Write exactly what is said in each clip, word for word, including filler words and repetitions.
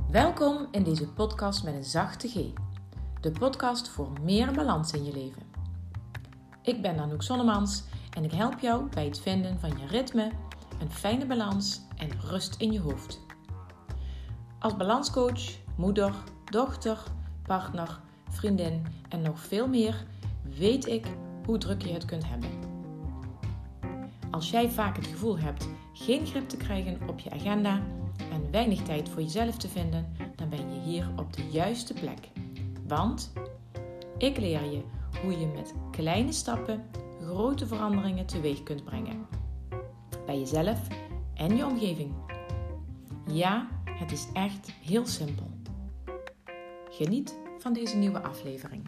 Welkom in deze podcast met een zachte G. De podcast voor meer balans in je leven. Ik ben Anouk Sonnemans en ik help jou bij het vinden van je ritme, een fijne balans en rust in je hoofd. Als balanscoach, moeder, dochter, partner, vriendin en nog veel meer weet ik hoe druk je het kunt hebben. Als jij vaak het gevoel hebt geen grip te krijgen op je agenda en weinig tijd voor jezelf te vinden, dan ben je hier op de juiste plek. Want ik leer je hoe je met kleine stappen grote veranderingen teweeg kunt brengen. Bij jezelf en je omgeving. Ja, het is echt heel simpel. Geniet van deze nieuwe aflevering.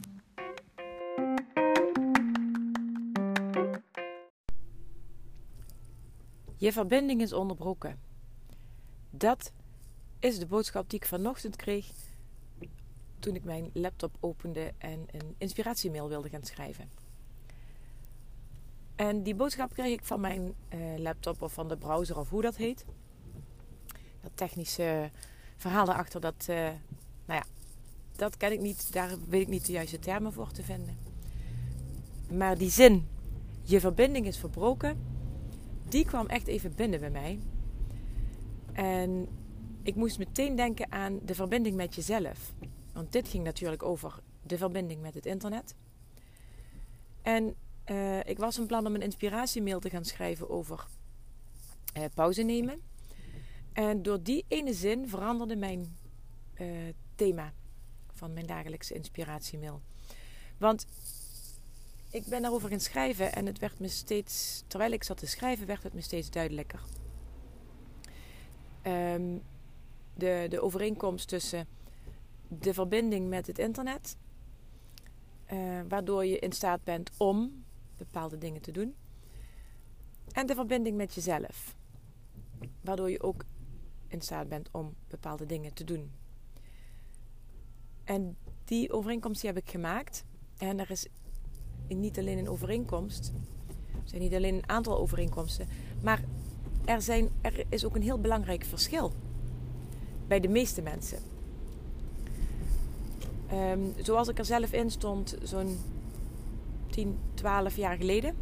Je verbinding is onderbroken. Dat is de boodschap die ik vanochtend kreeg toen ik mijn laptop opende en een inspiratiemail wilde gaan schrijven. En die boodschap kreeg ik van mijn uh, laptop of van de browser of hoe dat heet. Dat technische verhaal daarachter, dat, uh, nou ja, dat ken ik niet. Daar weet ik niet de juiste termen voor te vinden. Maar die zin, je verbinding is verbroken, die kwam echt even binnen bij mij. En ik moest meteen denken aan de verbinding met jezelf. Want dit ging natuurlijk over de verbinding met het internet. En uh, ik was van plan om een inspiratiemail te gaan schrijven over uh, pauze nemen. En door die ene zin veranderde mijn uh, thema van mijn dagelijkse inspiratiemail. Want ik ben daarover gaan schrijven en het werd me steeds, terwijl ik zat te schrijven, werd het me steeds duidelijker. Um, de, de overeenkomst tussen de verbinding met het internet, uh, waardoor je in staat bent om bepaalde dingen te doen, en de verbinding met jezelf, waardoor je ook in staat bent om bepaalde dingen te doen. En die overeenkomst die heb ik gemaakt. En er is niet alleen een overeenkomst, er zijn niet alleen een aantal overeenkomsten, maar er, zijn, er is ook een heel belangrijk verschil bij de meeste mensen. Um, zoals ik er zelf in stond, zo'n tien, twaalf jaar geleden,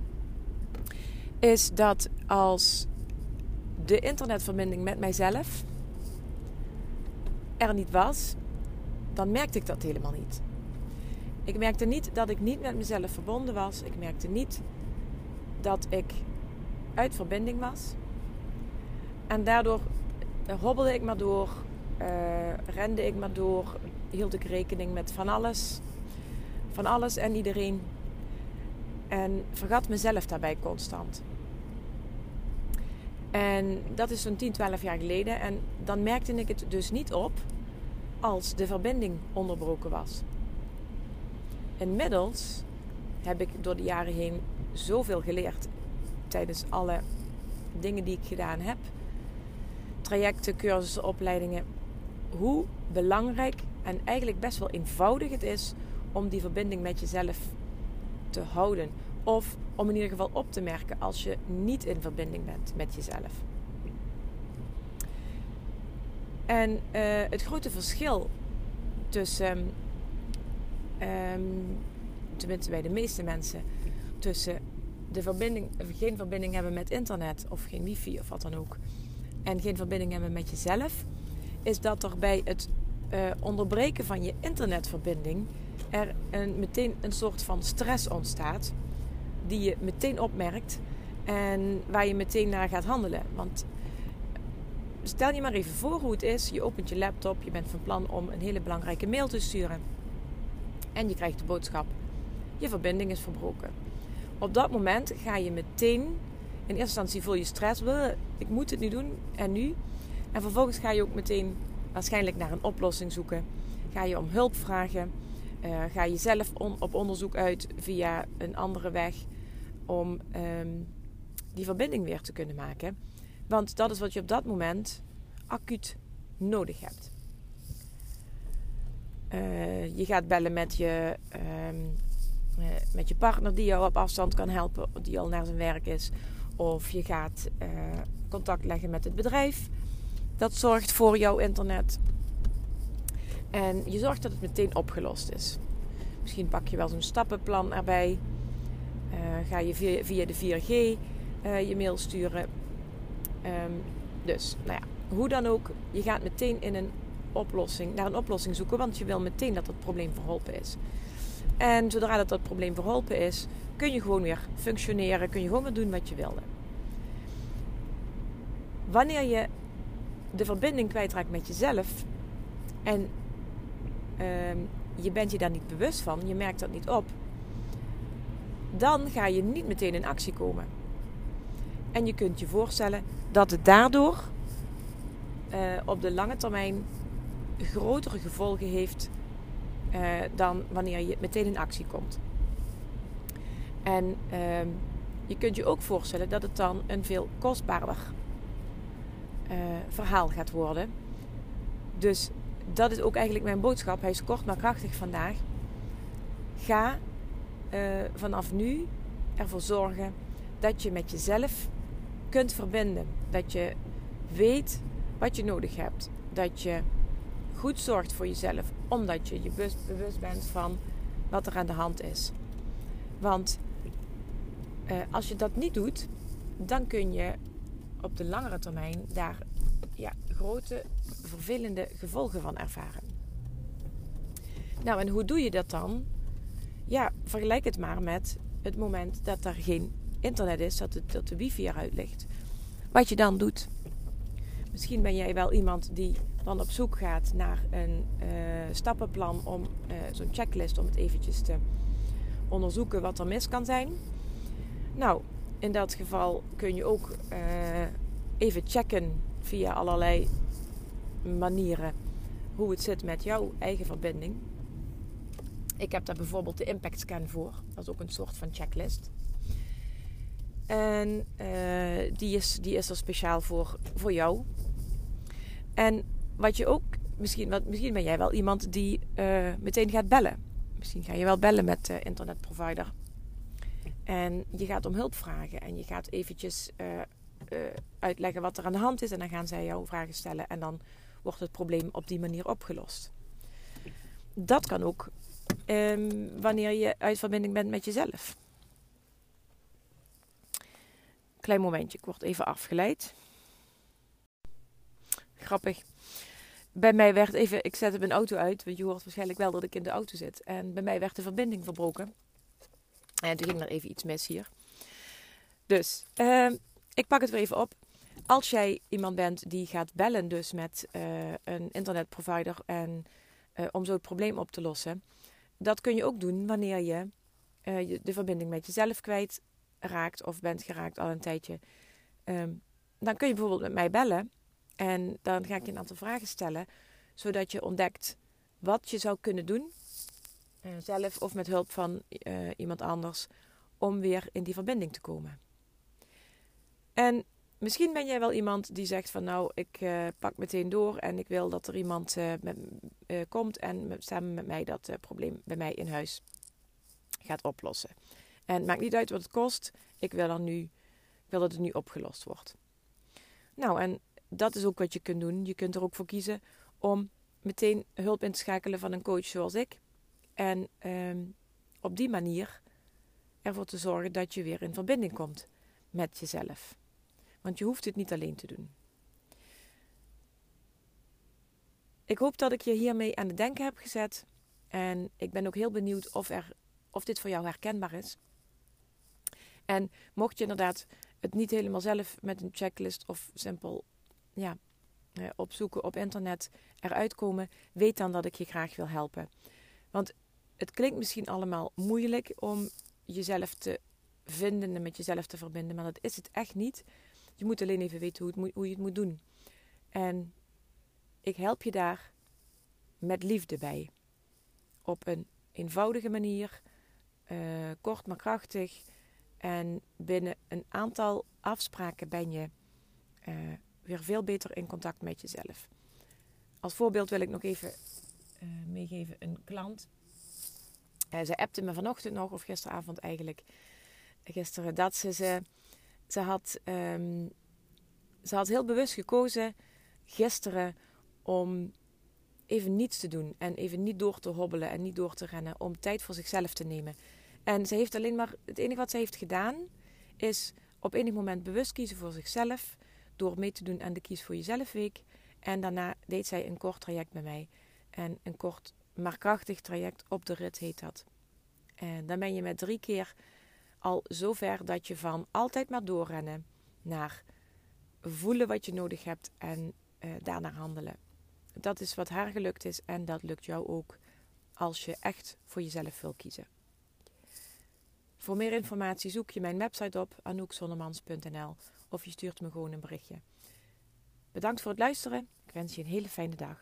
is dat als de internetverbinding met mijzelf er niet was, dan merkte ik dat helemaal niet. Ik merkte niet dat ik niet met mezelf verbonden was. Ik merkte niet dat ik uit verbinding was. En daardoor hobbelde ik maar door, uh, rende ik maar door, hield ik rekening met van alles, van alles en iedereen. En vergat mezelf daarbij constant. En dat is zo'n tien, twaalf jaar geleden. En dan merkte ik het dus niet op als de verbinding onderbroken was. Inmiddels heb ik door de jaren heen zoveel geleerd tijdens alle dingen die ik gedaan heb. Trajecten, cursussen, opleidingen. Hoe belangrijk en eigenlijk best wel eenvoudig het is om die verbinding met jezelf te houden. Of om in ieder geval op te merken als je niet in verbinding bent met jezelf. En uh, het grote verschil tussen, um, tenminste bij de meeste mensen, tussen de verbinding, geen verbinding hebben met internet of geen wifi of wat dan ook, en geen verbinding hebben met jezelf, is dat er bij het uh, onderbreken van je internetverbinding er een, meteen een soort van stress ontstaat, die je meteen opmerkt en waar je meteen naar gaat handelen. Want stel je maar even voor hoe het is. Je opent je laptop, je bent van plan om een hele belangrijke mail te sturen. En je krijgt de boodschap, je verbinding is verbroken. Op dat moment ga je meteen, in eerste instantie voel je stress. Ik moet het nu doen en nu. En vervolgens ga je ook meteen waarschijnlijk naar een oplossing zoeken. Ga je om hulp vragen. Uh, ga je zelf on, op onderzoek uit via een andere weg om um, die verbinding weer te kunnen maken. Want dat is wat je op dat moment acuut nodig hebt. Uh, je gaat bellen met je, um, uh, met je partner die jou op afstand kan helpen, die al naar zijn werk is. Of je gaat uh, contact leggen met het bedrijf dat zorgt voor jouw internet. En je zorgt dat het meteen opgelost is. Misschien pak je wel zo'n stappenplan erbij. Uh, ga je via, via de vier G uh, je mail sturen. Um, dus, nou ja, hoe dan ook, je gaat meteen in een oplossing, naar een oplossing zoeken, want je wil meteen dat het probleem verholpen is. En zodra dat, dat probleem verholpen is, kun je gewoon weer functioneren, kun je gewoon weer doen wat je wilde. Wanneer je de verbinding kwijtraakt met jezelf en um, je bent je daar niet bewust van, je merkt dat niet op, dan ga je niet meteen in actie komen. En je kunt je voorstellen dat het daardoor uh, op de lange termijn grotere gevolgen heeft uh, dan wanneer je meteen in actie komt. En uh, je kunt je ook voorstellen dat het dan een veel kostbaarder uh, verhaal gaat worden. Dus dat is ook eigenlijk mijn boodschap. Hij is kort maar krachtig vandaag. Ga uh, vanaf nu ervoor zorgen dat je met jezelf kunt verbinden. Dat je weet wat je nodig hebt. Dat je goed zorgt voor jezelf. Omdat je je bewust bent van wat er aan de hand is. Want uh, als je dat niet doet, dan kun je op de langere termijn daar ja, grote vervelende gevolgen van ervaren. Nou, en hoe doe je dat dan? Ja, vergelijk het maar met het moment dat er geen internet is, dat, het, dat de wifi eruit ligt. Wat je dan doet. Misschien ben jij wel iemand die dan op zoek gaat naar een uh, stappenplan, om uh, zo'n checklist om het eventjes te onderzoeken wat er mis kan zijn. Nou, in dat geval kun je ook uh, even checken via allerlei manieren hoe het zit met jouw eigen verbinding. Ik heb daar bijvoorbeeld de Impact Scan voor. Dat is ook een soort van checklist. En uh, die, is, die is er speciaal voor, voor jou. En wat je ook, misschien, wat, misschien ben jij wel iemand die uh, meteen gaat bellen. Misschien ga je wel bellen met de internetprovider. En je gaat om hulp vragen. En je gaat eventjes uh, uh, uitleggen wat er aan de hand is. En dan gaan zij jou vragen stellen. En dan wordt het probleem op die manier opgelost. Dat kan ook um, wanneer je uit verbinding bent met jezelf. Klein momentje, ik word even afgeleid. Grappig. Bij mij werd even, ik zette mijn auto uit, want je hoort waarschijnlijk wel dat ik in de auto zit. En bij mij werd de verbinding verbroken. En toen ging er even iets mis hier. Dus, uh, ik pak het weer even op. Als jij iemand bent die gaat bellen dus met uh, een internetprovider en uh, om zo het probleem op te lossen. Dat kun je ook doen wanneer je uh, de verbinding met jezelf kwijt raakt of bent geraakt al een tijdje. Um, dan kun je bijvoorbeeld met mij bellen. En dan ga ik je een aantal vragen stellen. Zodat je ontdekt wat je zou kunnen doen. Uh, zelf of met hulp van uh, iemand anders. Om weer in die verbinding te komen. En misschien ben jij wel iemand die zegt van nou, ik uh, pak meteen door. En ik wil dat er iemand uh, met, uh, komt en met, samen met mij dat uh, probleem bij mij in huis gaat oplossen. En het maakt niet uit wat het kost. Ik wil, er nu, ik wil dat het nu opgelost wordt. Nou, en dat is ook wat je kunt doen. Je kunt er ook voor kiezen om meteen hulp in te schakelen van een coach zoals ik. En um, op die manier ervoor te zorgen dat je weer in verbinding komt met jezelf. Want je hoeft het niet alleen te doen. Ik hoop dat ik je hiermee aan het denken heb gezet. En ik ben ook heel benieuwd of, er, of dit voor jou herkenbaar is. En mocht je inderdaad het niet helemaal zelf met een checklist of simpel ja, opzoeken op internet eruit komen, weet dan dat ik je graag wil helpen. Want het klinkt misschien allemaal moeilijk om jezelf te vinden en met jezelf te verbinden, maar dat is het echt niet. Je moet alleen even weten hoe, het moet, hoe je het moet doen. En ik help je daar met liefde bij. Op een eenvoudige manier, uh, kort maar krachtig. En binnen een aantal afspraken ben je uh, weer veel beter in contact met jezelf. Als voorbeeld wil ik nog even uh, meegeven een klant. Uh, ze appte me vanochtend nog, of gisteravond eigenlijk. Gisteren dat ze ze, ze had, um, ze had heel bewust gekozen gisteren om even niets te doen. En even niet door te hobbelen en niet door te rennen. Om tijd voor zichzelf te nemen. En ze heeft alleen maar, het enige wat ze heeft gedaan, is op enig moment bewust kiezen voor zichzelf. Door mee te doen aan de Kies voor Jezelf week. En daarna deed zij een kort traject bij mij. En een kort, maar krachtig traject op de rit heet dat. En dan ben je met drie keer al zover dat je van altijd maar doorrennen naar voelen wat je nodig hebt en uh, daarnaar handelen. Dat is wat haar gelukt is en dat lukt jou ook als je echt voor jezelf wil kiezen. Voor meer informatie zoek je mijn website op anouk zonnemans punt n l of je stuurt me gewoon een berichtje. Bedankt voor het luisteren. Ik wens je een hele fijne dag.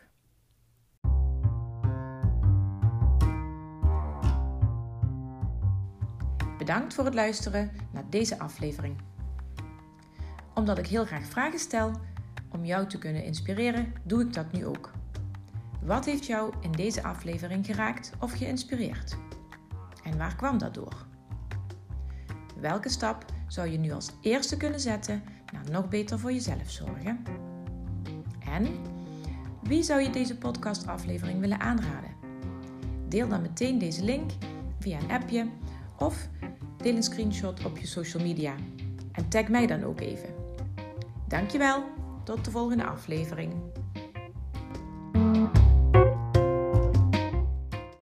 Bedankt voor het luisteren naar deze aflevering. Omdat ik heel graag vragen stel om jou te kunnen inspireren, doe ik dat nu ook. Wat heeft jou in deze aflevering geraakt of geïnspireerd? En waar kwam dat door? Welke stap zou je nu als eerste kunnen zetten naar nog beter voor jezelf zorgen? En wie zou je deze podcastaflevering willen aanraden? Deel dan meteen deze link via een appje of deel een screenshot op je social media. En tag mij dan ook even. Dankjewel, tot de volgende aflevering.